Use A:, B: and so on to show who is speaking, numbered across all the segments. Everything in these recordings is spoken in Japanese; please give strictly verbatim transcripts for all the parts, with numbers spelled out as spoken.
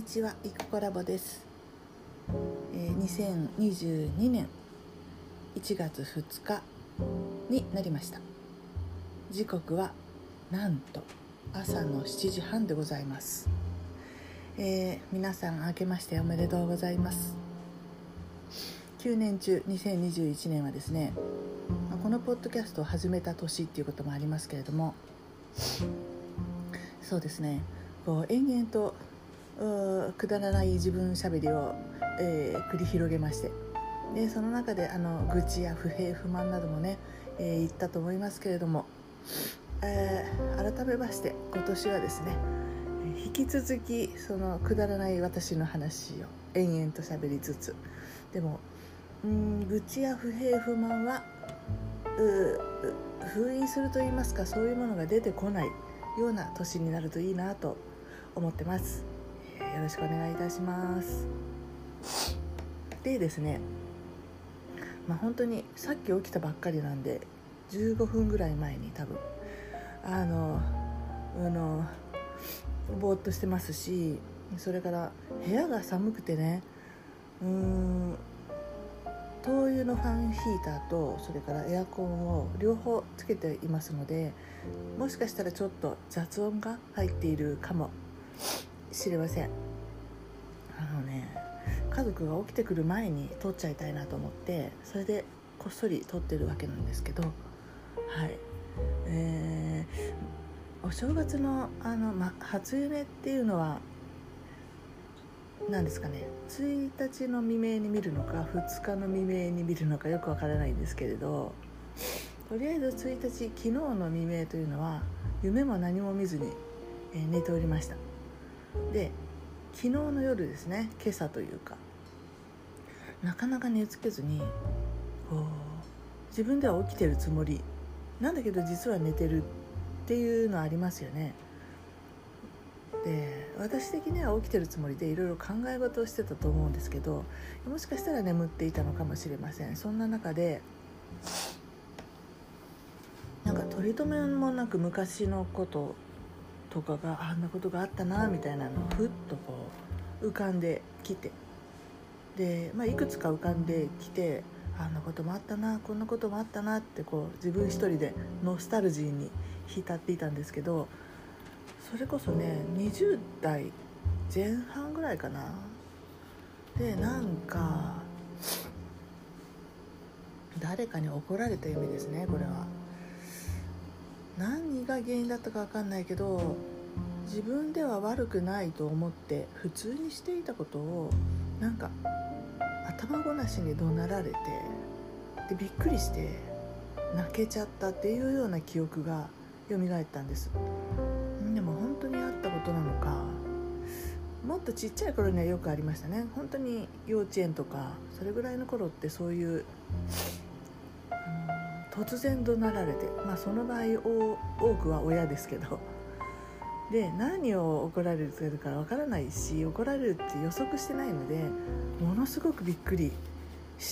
A: ちは、いくこラボです、えー、にせんにじゅうにねんいちがつふつかになりました。時刻はなんと朝のしちじはんでございます。えー、皆さん明けましておめでとうございます。きゅうねん中にせんにじゅういちねんはですね、このポッドキャストを始めた年っていうこともありますけれども、そうですね、こう延々とくだらない自分しゃべりを、えー、繰り広げまして、でその中であの愚痴や不平不満などもね、えー、言ったと思いますけれども、えー、改めまして今年はですね、引き続きそのくだらない私の話を延々としゃべりつつ、でもうーん愚痴や不平不満は封印するといいますか、そういうものが出てこないような年になるといいなと思ってます。よろしくお願いいたします。でですね、まあ、本当にさっき起きたばっかりなんでじゅうごふんぐらい前に多分あのあのぼーっとしてますし、それから部屋が寒くてね、うーん灯油のファンヒーターとそれからエアコンを両方つけていますので、もしかしたらちょっと雑音が入っているかもしれません。あのね、家族が起きてくる前に撮っちゃいたいなと思って、それでこっそり撮ってるわけなんですけど、はい、えー、お正月のあの、ま、初夢っていうのは何ですかね、ついたちの未明に見るのかふつかの未明に見るのかよくわからないんですけれど、とりあえずついたち昨日の未明というのは夢も何も見ずに、えー、寝ておりました。で昨日の夜ですね、今朝というかなかなか寝つけずに、こう自分では起きてるつもりなんだけど実は寝てるっていうのありますよね。で私的には起きてるつもりでいろいろ考え事をしてたと思うんですけど、もしかしたら眠っていたのかもしれません。そんな中でなんか取り留めもなく昔のこととかがあんなことがあったなみたいなのをふっとこう浮かんできて、で、まあ、いくつか浮かんできて、あんなこともあったなこんなこともあったなってこう自分一人でノスタルジーに浸っていたんですけど、それこそねにじゅうだいぜん半ぐらいかな。でなんか誰かに怒られた夢ですね。これは何が原因だったか分かんないけど、自分では悪くないと思って普通にしていたことをなんか頭ごなしに怒鳴られて、でびっくりして泣けちゃったっていうような記憶が蘇ったんです。でも本当にあったことなのか、もっとちっちゃい頃にはよくありましたね。本当に幼稚園とかそれぐらいの頃ってそういう突然怒鳴られて、まあその場合多くは親ですけど、で何を怒られるかわからないし、怒られるって予測してないのでものすごくびっくりして、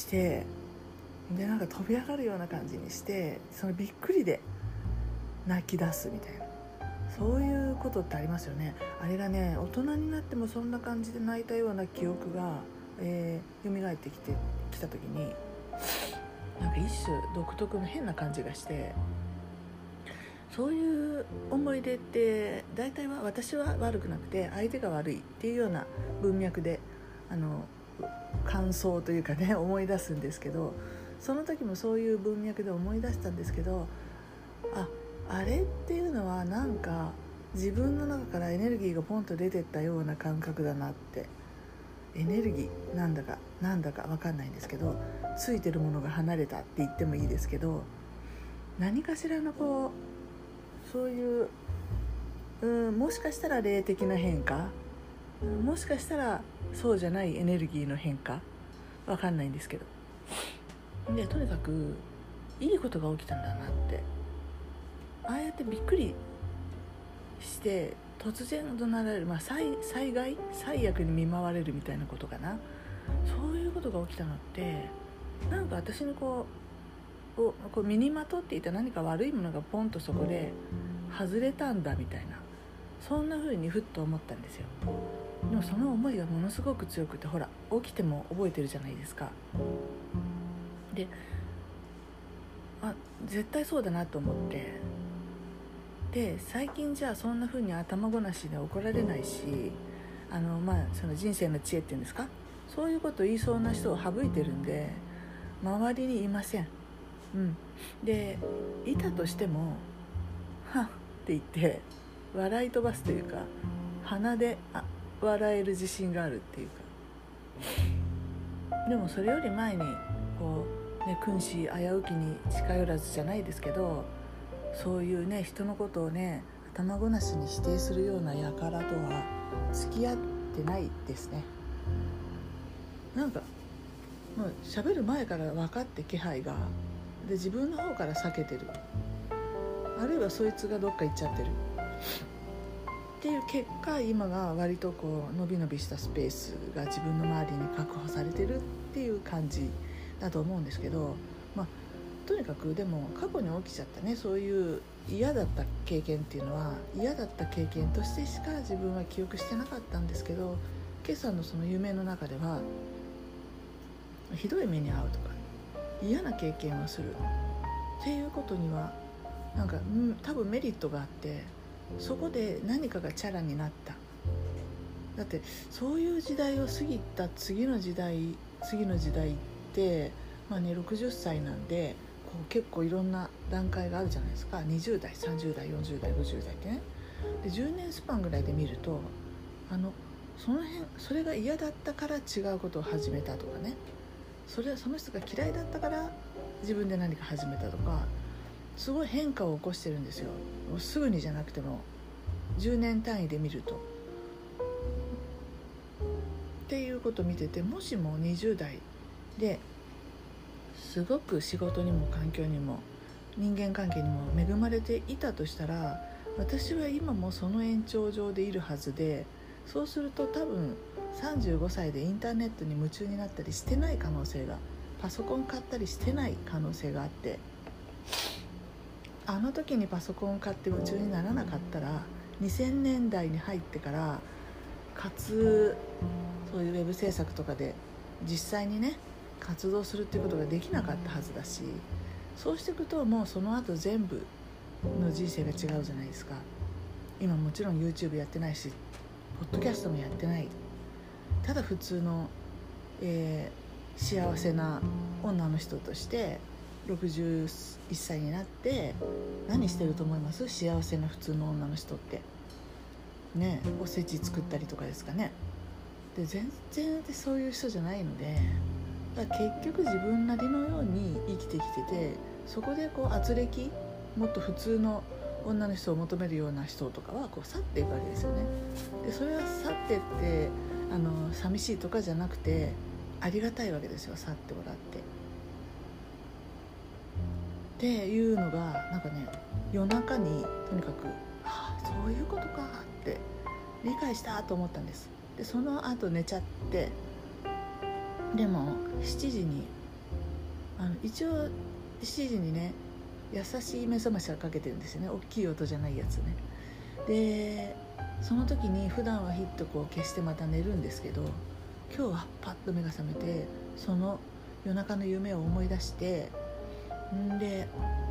A: でなんか飛び上がるような感じにして、そのびっくりで泣き出すみたいな、そういうことってありますよね。あれがね、大人になってもそんな感じで泣いたような記憶が、えー、蘇ってきてきた時に、なんか一種独特の変な感じがして、そういう思い出って大体は私は悪くなくて相手が悪いっていうような文脈であの感想というかね思い出すんですけど、その時もそういう文脈で思い出したんですけど、ああれっていうのはなんか自分の中からエネルギーがポンと出てったような感覚だなって、エネルギーなんだかなんだか分かんないんですけど、ついてるものが離れたって言ってもいいですけど、何かしらのこうそういう、うん、もしかしたら霊的な変化、もしかしたらそうじゃないエネルギーの変化、分かんないんですけど、でとにかくいいことが起きたんだなって、ああやってびっくりして突然怒鳴られる、まあ、災, 災害最悪に見舞われるみたいなことかな、そういうことが起きたのって、なんか私にこうをこう身にまとっていた何か悪いものがポンとそこで外れたんだみたいな、 そんな風にふっと思ったんですよ。でもその思いがものすごく強くて、ほら起きても覚えてるじゃないですか。で、あ、絶対そうだなと思って、で最近じゃあそんな風に頭ごなしで怒られないし、あのまあその人生の知恵っていうんですか、そういうことを言いそうな人を省いてるんで周りにいません。うん、でいたとしてもはっって言って笑い飛ばすというか、鼻であ笑える自信があるっていうか。でもそれより前にこう、ね、君子危うきに近寄らずじゃないですけど、そういうね人のことをね頭ごなしに否定するような輩とは付き合ってないですね。なんかもう喋る前から分かって気配がで、自分の方から避けてる、あるいはそいつがどっか行っちゃってるっていう結果、今が割とこう伸び伸びしたスペースが自分の周りに確保されてるっていう感じだと思うんですけど、まあとにかくでも過去に起きちゃったね、そういう嫌だった経験っていうのは嫌だった経験としてしか自分は記憶してなかったんですけど、今朝のその夢の中ではひどい目に遭うとか嫌な経験をするっていうことにはなんか、うん、多分メリットがあって、そこで何かがチャラになった。だってそういう時代を過ぎた次の時代次の時代って、まあね、ろくじゅっさいなんでこう結構いろんな段階があるじゃないですか。にじゅう代さんじゅう代よんじゅう代ごじゅう代ってね。でじゅうねんスパンぐらいで見ると、あのその辺それが嫌だったから違うことを始めたとかね、それはその人が嫌いだったから自分で何か始めたとか、すごい変化を起こしてるんですよ。すぐにじゃなくてもじゅうねん単位で見るとっていうことを見てて、もしもにじゅう代ですごく仕事にも環境にも人間関係にも恵まれていたとしたら、私は今もその延長上でいるはずで、そうすると多分さんじゅうごさいでインターネットに夢中になったりしてない可能性が、パソコン買ったりしてない可能性があって、あの時にパソコンを買って夢中にならなかったらにせんねんだいに入ってからかつそういうウェブ制作とかで実際にね活動するっていうことができなかったはずだし、そうしていくともうその後全部の人生が違うじゃないですか。今もちろん YouTube やってないしポッドキャストもやってない、ただ普通の、えー、幸せな女の人としてろくじゅういっさいになって何してると思います？幸せな普通の女の人ってね、おせち作ったりとかですかね。で全然そういう人じゃないので、だから結局自分なりのように生きてきてて、そこでこう圧力もっと普通の女の人を求めるような人とかはこう去っていくわけですよね。でそれは去ってってあの寂しいとかじゃなくてありがたいわけですよ、去ってもらってっていうのがなんかね、夜中にとにかく、はあ、そういうことかって理解したと思ったんです。でその後寝ちゃって、でもしちじにあの一応しちじにね優しい目覚ましはかけてるんですよね、大きい音じゃないやつね。でその時に普段はヒッとこう消してまた寝るんですけど、今日はパッと目が覚めてその夜中の夢を思い出して、んで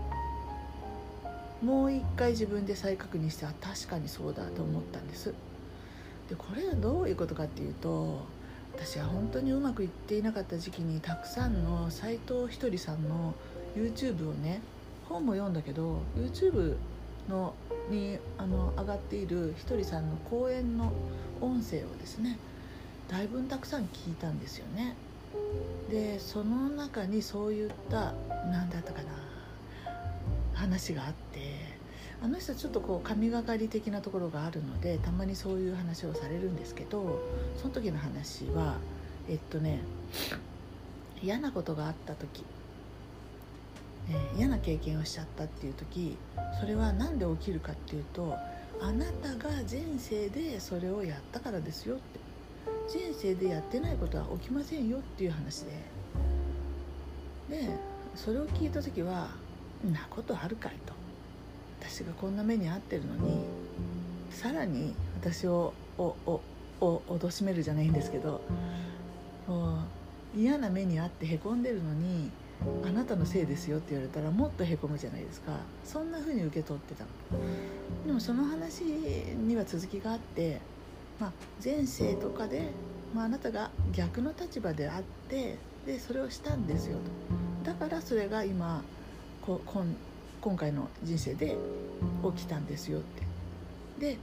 A: もう一回自分で再確認して、あ確かにそうだと思ったんです。でこれはどういうことかっていうと、私は本当にうまくいっていなかった時期にたくさんの斉藤ひとりさんの YouTube をね、本も読んだけど YouTube のにあの上がっているひとりさんの講演の音声をですね、だいぶたくさん聞いたんですよね。でその中にそういった何だったかな話があって、あの人はちょっとこう神がかり的なところがあるのでたまにそういう話をされるんですけど、その時の話はえっとね嫌なことがあった時、えー、嫌な経験をしちゃったっていう時、それは何で起きるかっていうと、あなたが前世でそれをやったからですよって、前世でやってないことは起きませんよっていう話で、でそれを聞いた時はんなことあるかいと、私がこんな目に遭ってるのにさらに私をおおお貶めるじゃないんですけど、もう嫌な目にあってへこんでるのにあなたのせいですよって言われたらもっとへこむじゃないですか。そんな風に受け取ってたの。でもその話には続きがあって、まあ、前世とかで、まあ、あなたが逆の立場であってでそれをしたんですよと。だからそれが今こ今今回の人生で起きたんですよって。で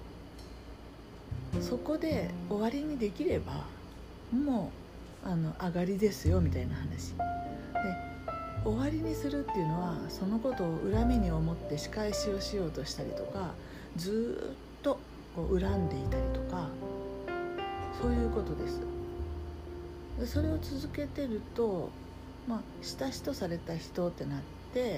A: そこで終わりにできればもうあの上がりですよみたいな話で、終わりにするっていうのはそのことを恨みに思って仕返しをしようとしたりとか、ずっとこう恨んでいたりとか、そういうことです。でそれを続けてると、まあ、親しとされた人ってなって、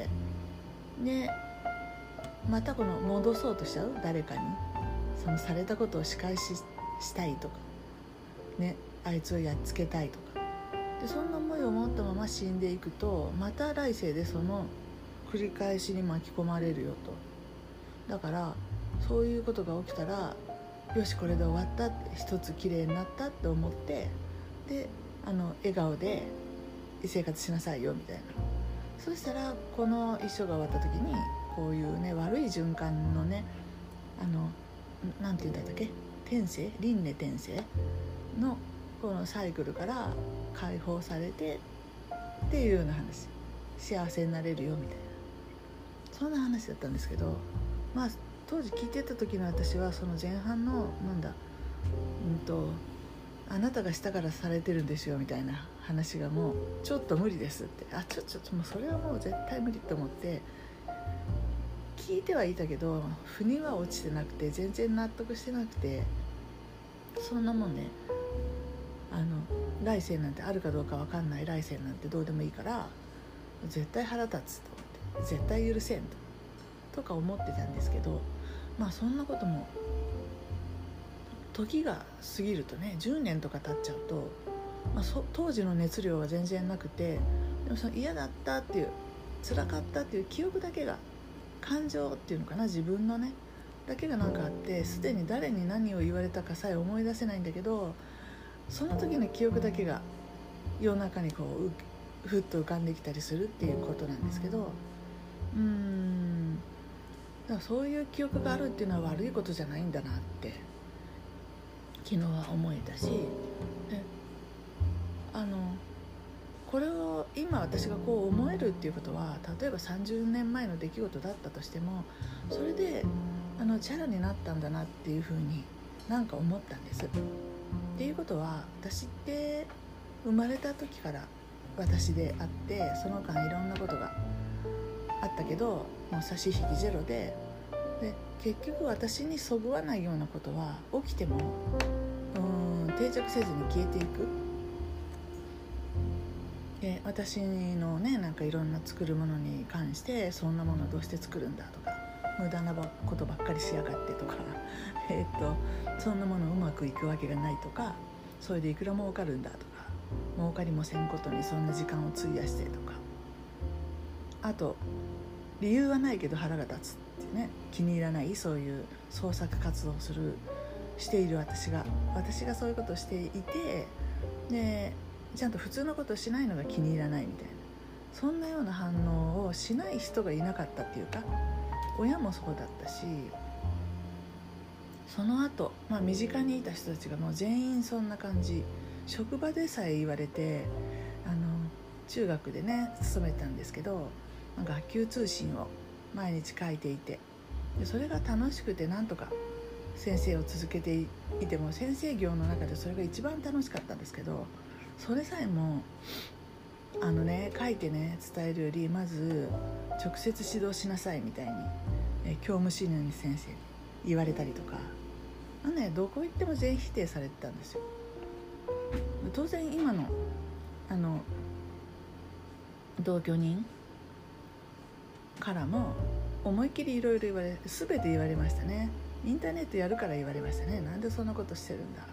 A: でまたこの戻そうとしちゃう、誰かにそのされたことを仕返ししたいとかね、あいつをやっつけたいとかで、そんな思いを持ったまま死んでいくと、また来世でその繰り返しに巻き込まれるよと。だからそういうことが起きたら、よしこれで終わったって、一つきれいになったって思って、であの笑顔で生活しなさいよみたいな。そしたらこの一生が終わった時にこういうね、悪い循環のね、あのなんて言うんだったっけ、転生輪廻転生のこのサイクルから解放されてっていうような話、幸せになれるよみたいな、そんな話だったんですけど、まあ当時聞いてた時の私はその前半のなんだうんとあなたがしたからされてるんですよみたいな話がもうちょっと無理ですって、あちょちょっともうそれはもう絶対無理と思って聞いてはいたけど、腑には落ちてなくて全然納得してなくて、そんなもんね、あの来世なんてあるかどうか分かんない、来世なんてどうでもいいから絶対腹立つと思って、絶対許せんととか思ってたんですけど、まあそんなことも時が過ぎるとね、じゅうねんとか経っちゃうと、まあ、そ当時の熱量は全然なくて、でもその嫌だったっていう、辛かったっていう記憶だけが、感情っていうのかな、自分のねだけがなんかあって、すでに誰に何を言われたかさえ思い出せないんだけど、その時の記憶だけが世の中にこうふっと浮かんできたりするっていうことなんですけど、うーんだからそういう記憶があるっていうのは悪いことじゃないんだなって昨日は思えたし、であのこれを今私がこう思えるっていうことは、例えばさんじゅうねんまえの出来事だったとしても、それであのチャラになったんだなっていうふうになんか思ったんです。っていうことは、私って生まれた時から私であって、その間いろんなことがあったけどもう差し引きゼロで、で結局私にそぐわないようなことは起きてもうーん定着せずに消えていく。で私のね、なんかいろんな作るものに関して、そんなものどうして作るんだとか、無駄なことばっかりしやがってとかえっとそんなものうまくいくわけがないとか、それでいくら儲かるんだとか、儲かりもせんことにそんな時間を費やしてとか、あと理由はないけど腹が立つってね、気に入らない、そういう創作活動をするしている私が私がそういうことをしていて、でちゃんと普通のことをしないのが気に入らないみたいな、そんなような反応をしない人がいなかったっていうか、親もそうだったし、その後、まあ身近にいた人たちがもう全員そんな感じ。職場でさえ言われて、あの中学でね勤めてたんですけど、学級通信を毎日書いていて、でそれが楽しくてなんとか先生を続けていても、先生業の中でそれが一番楽しかったんですけど、それさえもあのね書いてね伝えるより、まず直接指導しなさいみたいに、え教務主任先生に言われたりとか、あのね、どこ行っても全否定されてたんですよ。当然今のあの同居人からも思いっきりいろいろ言われ、全て言われましたね。インターネットやるから言われましたね。なんでそんなことしてるんだ。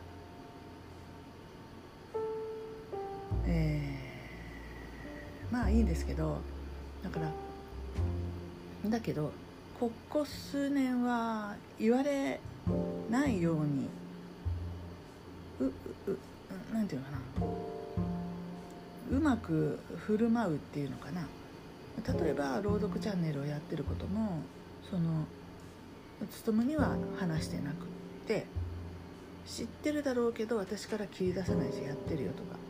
A: えー、まあいいんですけど、だからだけどここ数年は言われないようにうううなんていうのかな、うまく振る舞うっていうのかな。例えば朗読チャンネルをやってることも、その勤には話してなくって、知ってるだろうけど私から切り出さないしやってるよとか、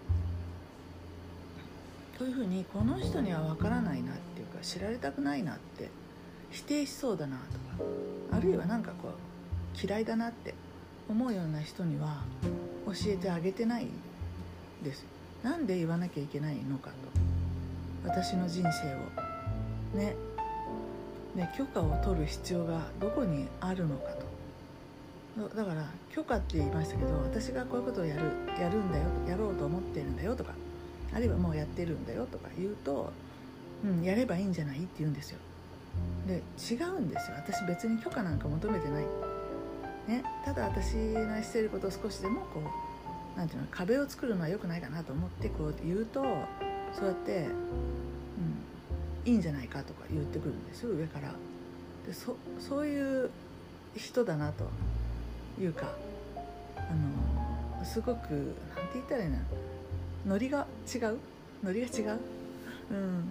A: そういうふうにこの人には分からないなっていうか、知られたくないなって、否定しそうだなとか、あるいはなんかこう嫌いだなって思うような人には教えてあげてないです。なんで言わなきゃいけないのかと、私の人生をねね許可を取る必要がどこにあるのかと。だから許可って言いましたけど、私がこういうことをやるやるんだよ、やろうと思ってるんだよとか、あるいはもうやってるんだよとか言うと、うん、やればいいんじゃないって言うんですよ。で違うんですよ。私別に許可なんか求めてない、ね、ただ私のしていることを少しでもこうなんていうの、壁を作るのは良くないかなと思ってこう言うと、そうやって、うん、いいんじゃないかとか言ってくるんですよ、上から。で そ, そういう人だなというか、あのすごくなんて言ったらいいな、ノリが違うノリが違う、うん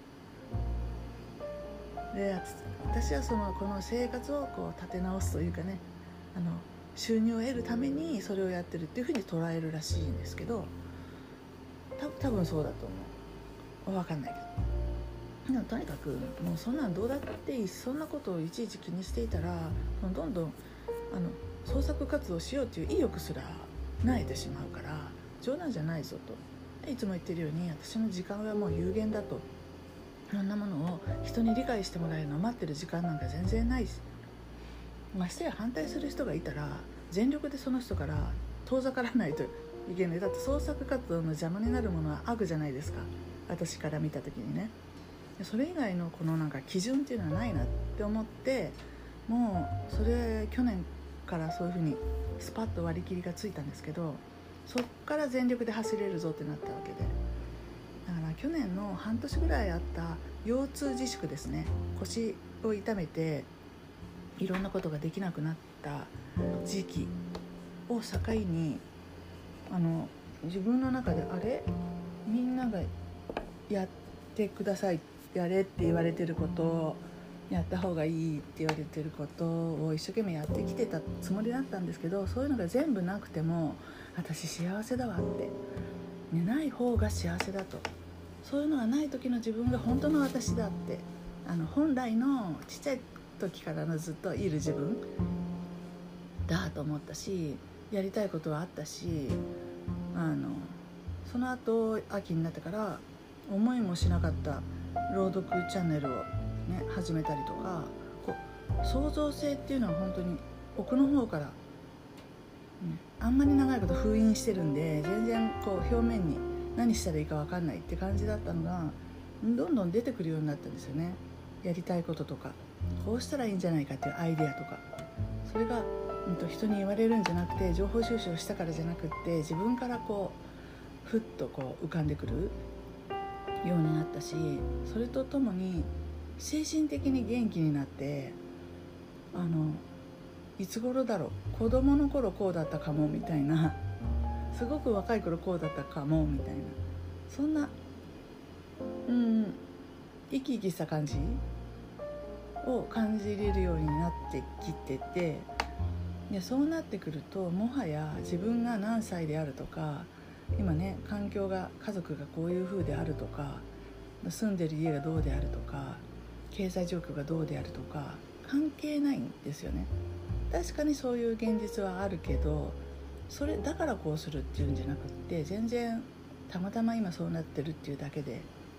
A: で私はそのこの生活をこう立て直すというかね、あの収入を得るためにそれをやってるっていうふうに捉えるらしいんですけど、た多分そうだと思う。分かんないけど、でもとにかくもうそんなんどうだっていい、そんなことをいちいち気にしていたらどんどんあの創作活動しようという意欲すら萎えてしまうから、冗談じゃないぞと。いつも言ってるように、私の時間はもう有限だと。いろんなものを人に理解してもらえるのを待ってる時間なんか全然ないし、ましてや反対する人がいたら全力でその人から遠ざからないといけない。だって創作活動の邪魔になるものは悪じゃないですか、私から見た時にね。それ以外のこのなんか基準っていうのはないなって思って、もうそれ去年からそういうふうにスパッと割り切りがついたんですけど、そっから全力で走れるぞってなったわけで、だから去年の半年ぐらいあった腰痛自粛ですね、腰を痛めていろんなことができなくなった時期を境に、あの自分の中であれみんながやってください、やれって言われてることをやった方がいいって言われてることを一生懸命やってきてたつもりだったんですけど、そういうのが全部なくても私幸せだわって、ね、ない方が幸せだと、そういうのがない時の自分が本当の私だって、あの本来のちっちゃい時からのずっといる自分だと思ったし、やりたいことはあったし、あのその後秋になってから思いもしなかった朗読チャンネルを、ね、始めたりとか、こう創造性っていうのは本当に奥の方から、ね、あんまり長いこと封印してるんで全然こう表面に何したらいいか分かんないって感じだったのがどんどん出てくるようになったんですよね。やりたいこととかこうしたらいいんじゃないかっていうアイデアとか、それが、うん、と人に言われるんじゃなくて、情報収集をしたからじゃなくって自分からこうふっとこう浮かんでくるようになったし、それとともに精神的に元気になって、あのいつ頃だろう、子供の頃こうだったかもみたいな、すごく若い頃こうだったかもみたいな、そんなうん生き生きした感じを感じれるようになってきてて、でそうなってくるともはや自分が何歳であるとか、今ね環境が家族がこういう風であるとか、住んでる家がどうであるとか、経済状況がどうであるとか関係ないんですよね。確かにそういう現実はあるけど、それだからこうするっていうんじゃなくって、全然たまたま今そうなってるっていうだけで、ね、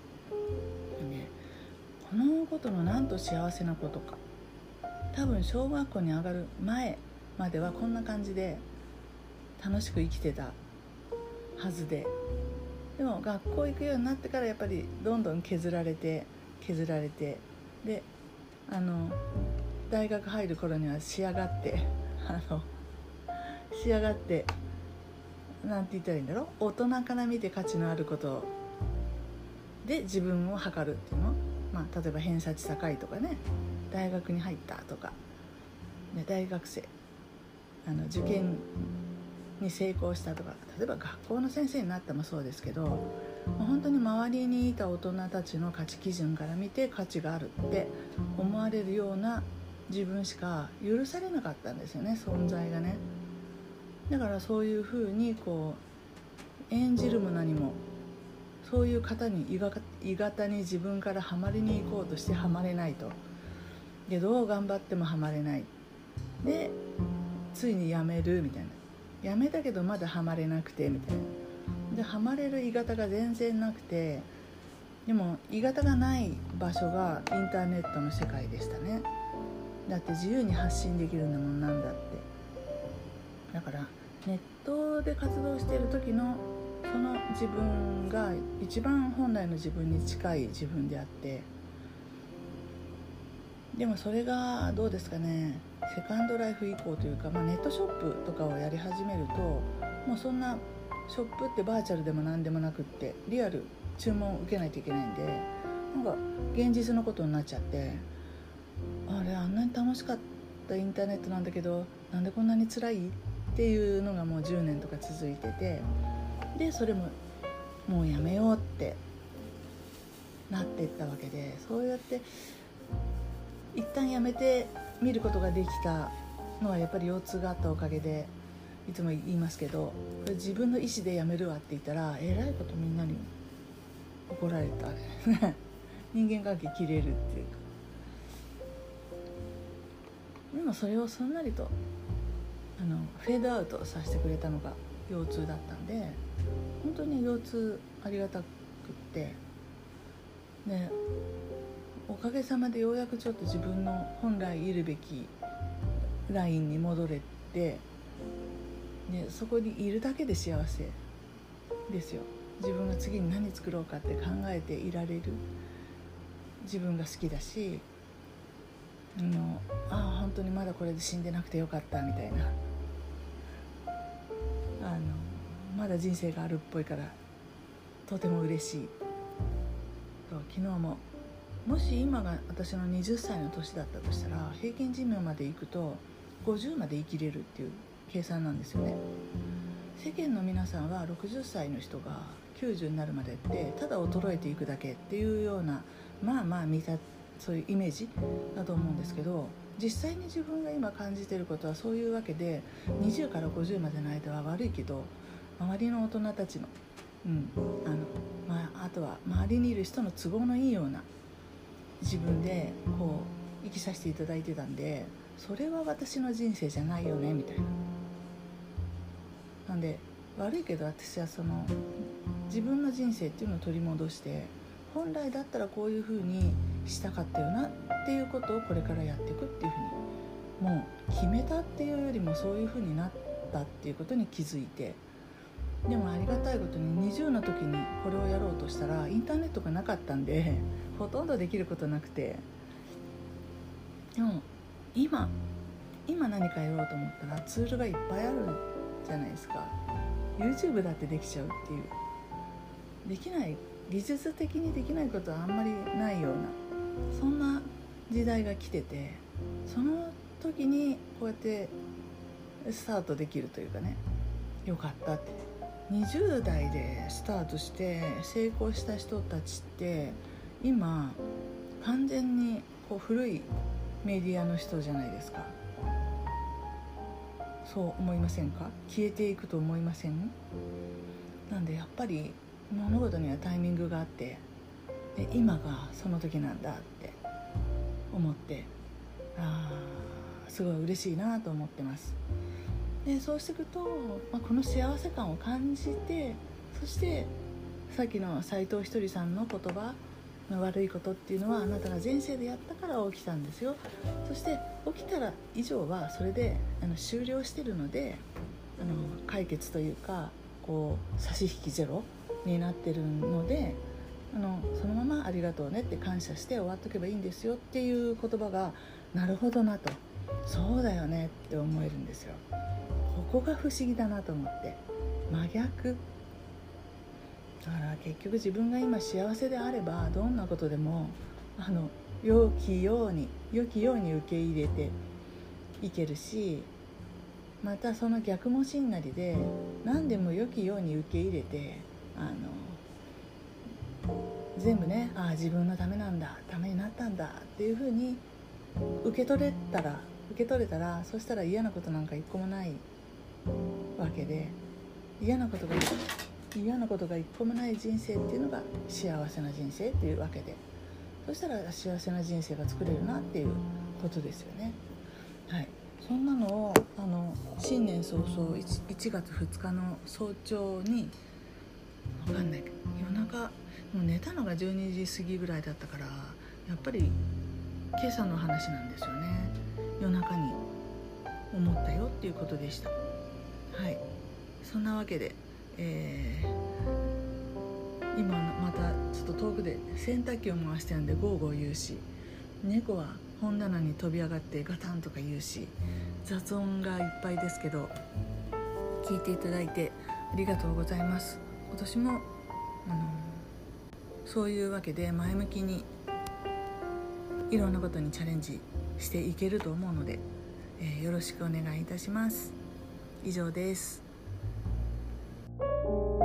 A: このことのなんと幸せなことか、多分小学校に上がる前まではこんな感じで楽しく生きてたはずで、でも学校行くようになってからやっぱりどんどん削られて削られて、であの大学入る頃には仕上がってあの仕上がってなんて言ったらいいんだろう、大人から見て価値のあることで自分を測るっていうの、まあ、例えば偏差値高いとかね、大学に入ったとか、 ね、大学生あの受験に成功したとか、例えば学校の先生になってもそうですけど、本当に周りにいた大人たちの価値基準から見て価値があるって思われるような自分しか許されなかったんですよね、存在がね。だからそういうふうにこう演じるも何もそういう方に鋳型に自分からはまりに行こうとしてはまれないと。でどう頑張ってもはまれないで、ついにやめるみたいな、やめたけどまだはまれなくてみたいなで、はまれる鋳型が全然なくて、でも鋳型がない場所がインターネットの世界でしたね。だって自由に発信できるんだもん、なんだって。だからネットで活動している時のその自分が一番本来の自分に近い自分であって、でもそれがどうですかね、セカンドライフ以降というか、まあ、ネットショップとかをやり始めると、もうそんなショップってバーチャルでも何でもなくって、リアル注文を受けないといけないんで、なんか現実のことになっちゃって、あれあんなに楽しかったインターネットなんだけど、なんでこんなに辛いっていうのがもうじゅうねんとか続いてて、でそれももうやめようってなっていったわけで、そうやって一旦やめて見ることができたのはやっぱり腰痛があったおかげで、いつも言いますけど、これ自分の意思でやめるわって言ったらえらいことみんなに怒られた人間関係切れるっていうか、でもそれをすんなりとあのフェードアウトさせてくれたのが腰痛だったんで、本当に腰痛ありがたくって、でおかげさまでようやくちょっと自分の本来いるべきラインに戻れて、でそこにいるだけで幸せですよ。自分が次に何作ろうかって考えていられる自分が好きだし、あのあ本当にまだこれで死んでなくてよかったみたいな、あのまだ人生があるっぽいからとても嬉しいと。昨日ももし今が私のはたちの年だったとしたら、平均寿命までいくとごじゅうまで生きれるっていう計算なんですよね。世間の皆さんはろくじゅっさいの人がきゅうじゅうになるまでってただ衰えていくだけっていうような、まあまあ見たそういうイメージだと思うんですけど、実際に自分が今感じていることはそういうわけで、にじゅうからごじゅうまでの間は悪いけど、周りの大人たちの、うんあのまあ、あとは周りにいる人の都合のいいような自分でこう生きさせていただいてたんで、それは私の人生じゃないよねみたいな。なんで悪いけど、私はその自分の人生っていうのを取り戻して、本来だったらこういう風にしたかったよなっていうことをこれからやっていくっていう風にもう決めたっていうよりも、そういう風になったっていうことに気づいて、でもありがたいことににじゅうの時にこれをやろうとしたらインターネットがなかったんでほとんどできることなくて、でも今今何かやろうと思ったらツールがいっぱいあるじゃないですか。 YouTube だってできちゃうっていう、できない技術的にできないことはあんまりないような、そんな時代が来てて、その時にこうやってスタートできるというかね、よかったって。にじゅう代でスタートして成功した人たちって今完全にこう古いメディアの人じゃないですか。そう思いませんか？消えていくと思いません？なんでやっぱり物事にはタイミングがあって、で今がその時なんだって思って、あーすごい嬉しいなと思ってます。でそうしていくと、まあ、この幸せ感を感じて、そしてさっきの斉藤ひとりさんの言葉の悪いことっていうのはあなたが前世でやったから起きたんですよ。そして起きたら以上はそれであの終了してるので、あの解決というかこう差し引きゼロになってるので、あのそのままありがとうねって感謝して終わっとけばいいんですよっていう言葉が、なるほどなと、そうだよねって思えるんですよ。ここが不思議だなと思って、真逆だから、結局自分が今幸せであればどんなことでもあの良きように良きように受け入れていけるし、またその逆もしんなりで何でも良きように受け入れて、あの全部ね、ああ自分のためなんだ、ためになったんだっていう風に受け取れたら受け取れたらそしたら嫌なことなんか一個もないわけで、嫌なことが嫌なことが一個もない人生っていうのが幸せな人生っていうわけで、そしたら幸せな人生が作れるなっていうことですよね。はい、そんなのをあの新年早々 1, いちがつふつかの早朝に分かんない夜中もう寝たのがじゅうにじ過ぎぐらいだったから、やっぱり今朝の話なんですよね。夜中に思ったよっていうことでした。はい、そんなわけで、えー、今またちょっと遠くで洗濯機を回してるんでゴーゴー言うし、猫は本棚に飛び上がってガタンとか言うし、雑音がいっぱいですけど聞いていただいてありがとうございます。今年も、あのー、そういうわけで前向きにいろんなことにチャレンジしていけると思うので、えー、よろしくお願いいたします。以上です。